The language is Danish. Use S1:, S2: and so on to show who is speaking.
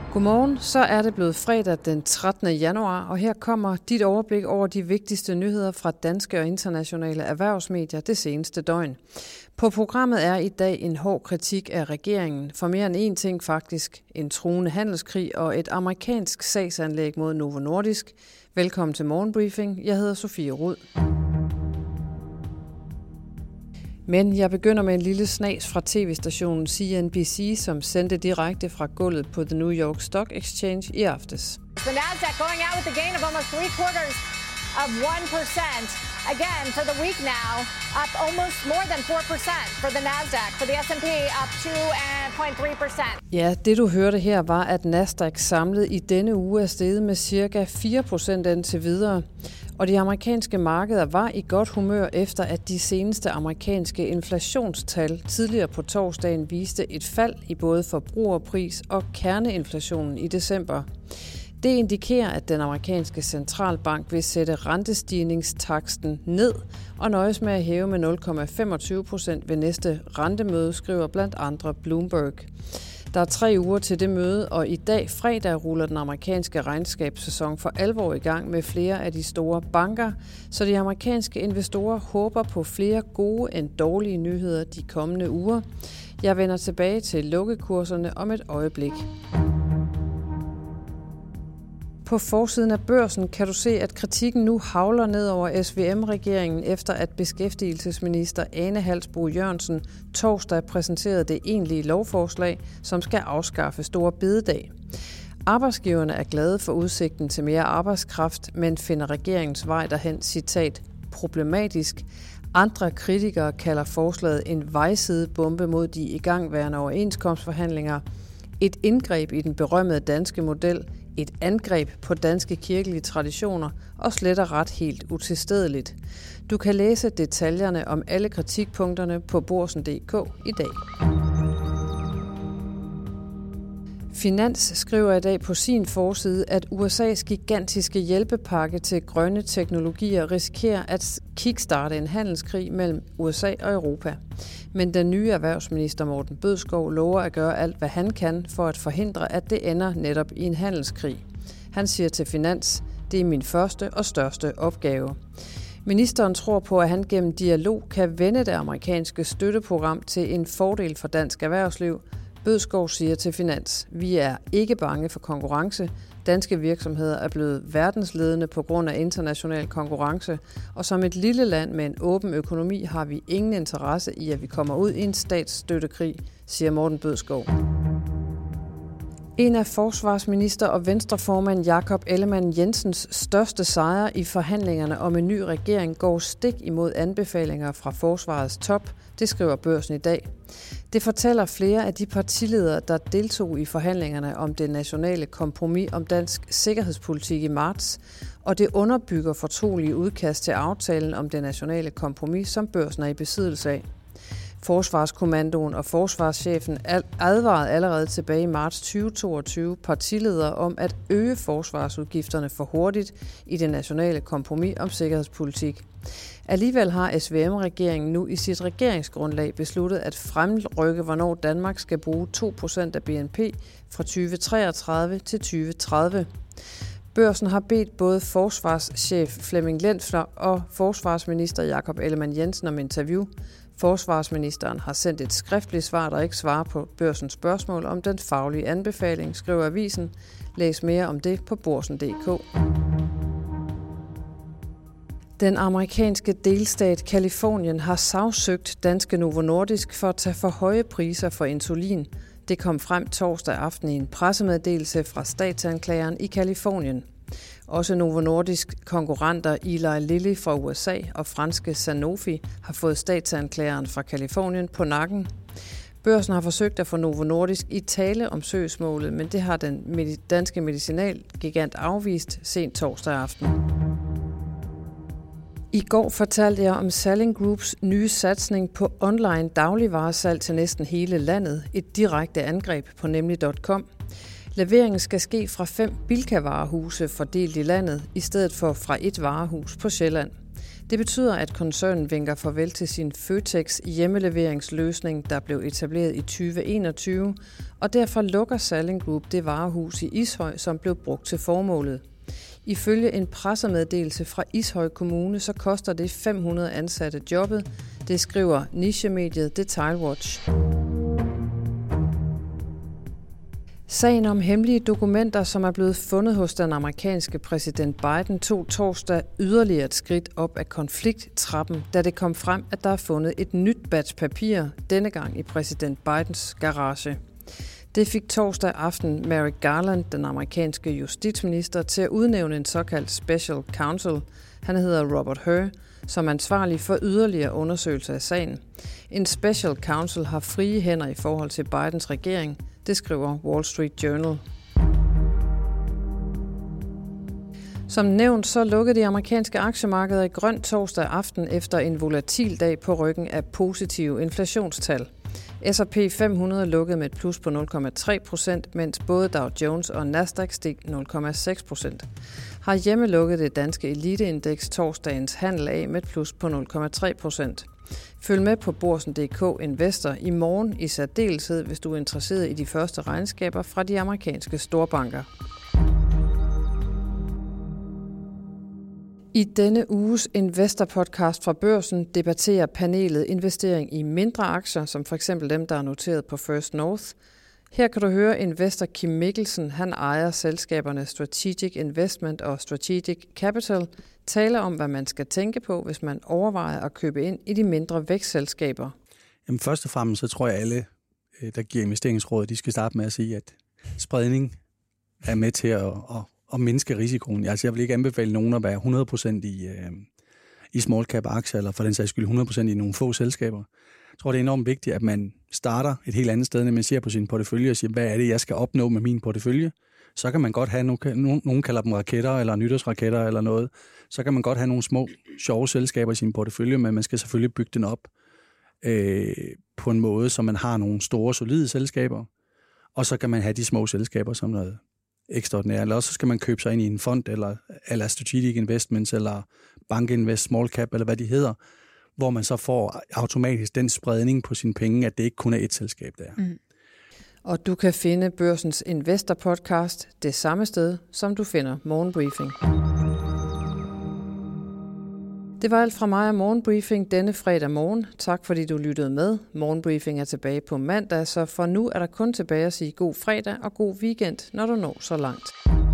S1: Godmorgen, så er det blevet fredag den 13. januar, og her kommer dit overblik over de vigtigste nyheder fra danske og internationale erhvervsmedier det seneste døgn. På programmet er i dag en hård kritik af regeringen, for mere end én ting faktisk, en truende handelskrig og et amerikansk sagsanlæg mod Novo Nordisk. Velkommen til Morgenbriefing, jeg hedder Sofie Rud. Men jeg begynder med en lille snas fra tv-stationen CNBC, som sendte direkte fra gulvet på The New York Stock Exchange i aftes.
S2: The Nasdaq going out with a gain of almost 0.75%. Again, for the week now, up almost more than 4% for the Nasdaq. For the S&P, up 2.3%.
S1: Ja, det du hørte her var, at Nasdaq samlet i denne uge er steget med ca. 4% indtil videre. Og de amerikanske markeder var i godt humør efter, at de seneste amerikanske inflationstal tidligere på torsdagen viste et fald i både forbrugerpris og kerneinflationen i december. Det indikerer, at den amerikanske centralbank vil sætte rentestigningstaksten ned og nøjes med at hæve med 0,25% ved næste rentemøde, skriver blandt andre Bloomberg. Der er 3 uger til det møde, og i dag fredag ruller den amerikanske regnskabssæson for alvor i gang med flere af de store banker, så de amerikanske investorer håber på flere gode end dårlige nyheder de kommende uger. Jeg vender tilbage til lukkekurserne om et øjeblik. På forsiden af Børsen kan du se, at kritikken nu hagler ned over SVM-regeringen, efter at beskæftigelsesminister Ane Halsboe-Jørgensen torsdag præsenterede det egentlige lovforslag, som skal afskaffe store bededag. Arbejdsgiverne er glade for udsigten til mere arbejdskraft, men finder regeringens vej derhen, citat, problematisk. Andre kritikere kalder forslaget en vejsidebombe mod de igangværende overenskomstforhandlinger, et indgreb i den berømmede danske model, et angreb på danske kirkelige traditioner og slet og ret helt utilstedeligt. Du kan læse detaljerne om alle kritikpunkterne på Børsen.dk i dag. Finans skriver i dag på sin forside, at USA's gigantiske hjælpepakke til grønne teknologier risikerer at kickstarte en handelskrig mellem USA og Europa. Men den nye erhvervsminister Morten Bødskov lover at gøre alt, hvad han kan for at forhindre, at det ender netop i en handelskrig. Han siger til Finans, det er min første og største opgave. Ministeren tror på, at han gennem dialog kan vende det amerikanske støtteprogram til en fordel for dansk erhvervsliv. Bødskov siger til Finans, vi er ikke bange for konkurrence. Danske virksomheder er blevet verdensledende på grund af international konkurrence, og som et lille land med en åben økonomi har vi ingen interesse i, at vi kommer ud i en statsstøttekrig, siger Morten Bødskov. En af forsvarsminister og venstreformand Jakob Ellemann-Jensens største sejre i forhandlingerne om en ny regering går stik imod anbefalinger fra forsvarets top, det skriver Børsen i dag. Det fortæller flere af de partiledere, der deltog i forhandlingerne om det nationale kompromis om dansk sikkerhedspolitik i marts, og det underbygger fortrolige udkast til aftalen om det nationale kompromis, som Børsen er i besiddelse af. Forsvarskommandoen og forsvarschefen advarede allerede tilbage i marts 2022 partiledere om at øge forsvarsudgifterne for hurtigt i det nationale kompromis om sikkerhedspolitik. Alligevel har SVM-regeringen nu i sit regeringsgrundlag besluttet at fremrykke, hvornår Danmark skal bruge 2% af BNP fra 2033 til 2030. Børsen har bedt både forsvarschef Flemming Lentner og forsvarsminister Jakob Ellemann-Jensen om interview. Forsvarsministeren har sendt et skriftligt svar, der ikke svarer på Børsens spørgsmål om den faglige anbefaling, skriver avisen. Læs mere om det på Børsen.dk. Den amerikanske delstat Californien har sagsøgt danske Novo Nordisk for at tage for høje priser for insulin. Det kom frem torsdag aften i en pressemeddelelse fra statsanklageren i Californien. Også Novo Nordisk konkurrenter Eli Lilly fra USA og franske Sanofi har fået statsanklageren fra Californien på nakken. Børsen har forsøgt at få Novo Nordisk i tale om søgsmålet, men det har den danske medicinalgigant afvist sent torsdag aften. I går fortalte jeg om Salling Groups nye satsning på online dagligvaresalg til næsten hele landet. Et direkte angreb på nemlig.com. Leveringen skal ske fra 5 Bilka-varehuse fordelt i landet, i stedet for fra et varehus på Sjælland. Det betyder, at koncernen vinker farvel til sin Føtex hjemmeleveringsløsning, der blev etableret i 2021, og derfor lukker Salling Group det varehus i Ishøj, som blev brugt til formålet. Ifølge en pressemeddelelse fra Ishøj Kommune, så koster det 500 ansatte jobbet. Det skriver nichemediet Detailwatch. Sagen om hemmelige dokumenter, som er blevet fundet hos den amerikanske præsident Biden, tog torsdag yderligere et skridt op af konflikttrappen, da det kom frem, at der er fundet et nyt batch papir, denne gang i præsident Bidens garage. Det fik torsdag aften Merrick Garland, den amerikanske justitsminister, til at udnævne en såkaldt special counsel. Han hedder Robert Hur, som er ansvarlig for yderligere undersøgelser af sagen. En special counsel har frie hænder i forhold til Bidens regering. Det skriver Wall Street Journal. Som nævnt, så lukkede de amerikanske aktiemarkeder i grønt torsdag aften efter en volatil dag på ryggen af positive inflationstal. S&P 500 lukkede med et plus på 0,3%, mens både Dow Jones og Nasdaq steg 0,6%. Har hjemme lukket det danske eliteindeks torsdagens handel af med et plus på 0,3%. Følg med på Børsen.dk Investor i morgen i særdeleshed, hvis du er interesseret i de første regnskaber fra de amerikanske storbanker. I denne uges Investor-podcast fra Børsen debatterer panelet investering i mindre aktier, som f.eks. dem, der er noteret på First North. Her kan du høre investor Kim Mikkelsen, han ejer selskaberne Strategic Investment og Strategic Capital, tale om, hvad man skal tænke på, hvis man overvejer at købe ind i de mindre vækstselskaber.
S3: Jamen først og fremmest så tror jeg alle, der giver investeringsråd, de skal starte med at sige, at spredning er med til at mindske risikoen. Altså jeg vil ikke anbefale nogen at være 100% i small cap aktier, eller for den sags skyld 100% i nogle få selskaber. Jeg tror, det er enormt vigtigt, at man starter et helt andet sted, når man ser på sin portefølje og siger, hvad er det, jeg skal opnå med min portefølje? Så kan man godt have, nogen kalder dem raketter, eller nytårsraketter, eller noget. Så kan man godt have nogle små, sjove selskaber i sin portefølje, men man skal selvfølgelig bygge den op på en måde, så man har nogle store, solide selskaber, og så kan man have de små selskaber som noget ekstraordinært. Eller også skal man købe sig ind i en fond, eller Strategic Investments, eller Bank Invest, Small Cap, eller hvad de hedder, hvor man så får automatisk den spredning på sine penge, at det ikke kun er et selskab, der. Mm.
S1: Og du kan finde Børsens Investor Podcast det samme sted, som du finder Morgenbriefing. Det var alt fra mig og Morgenbriefing denne fredag morgen. Tak fordi du lyttede med. Morgenbriefing er tilbage på mandag, så for nu er der kun tilbage at sige god fredag og god weekend, når du når så langt.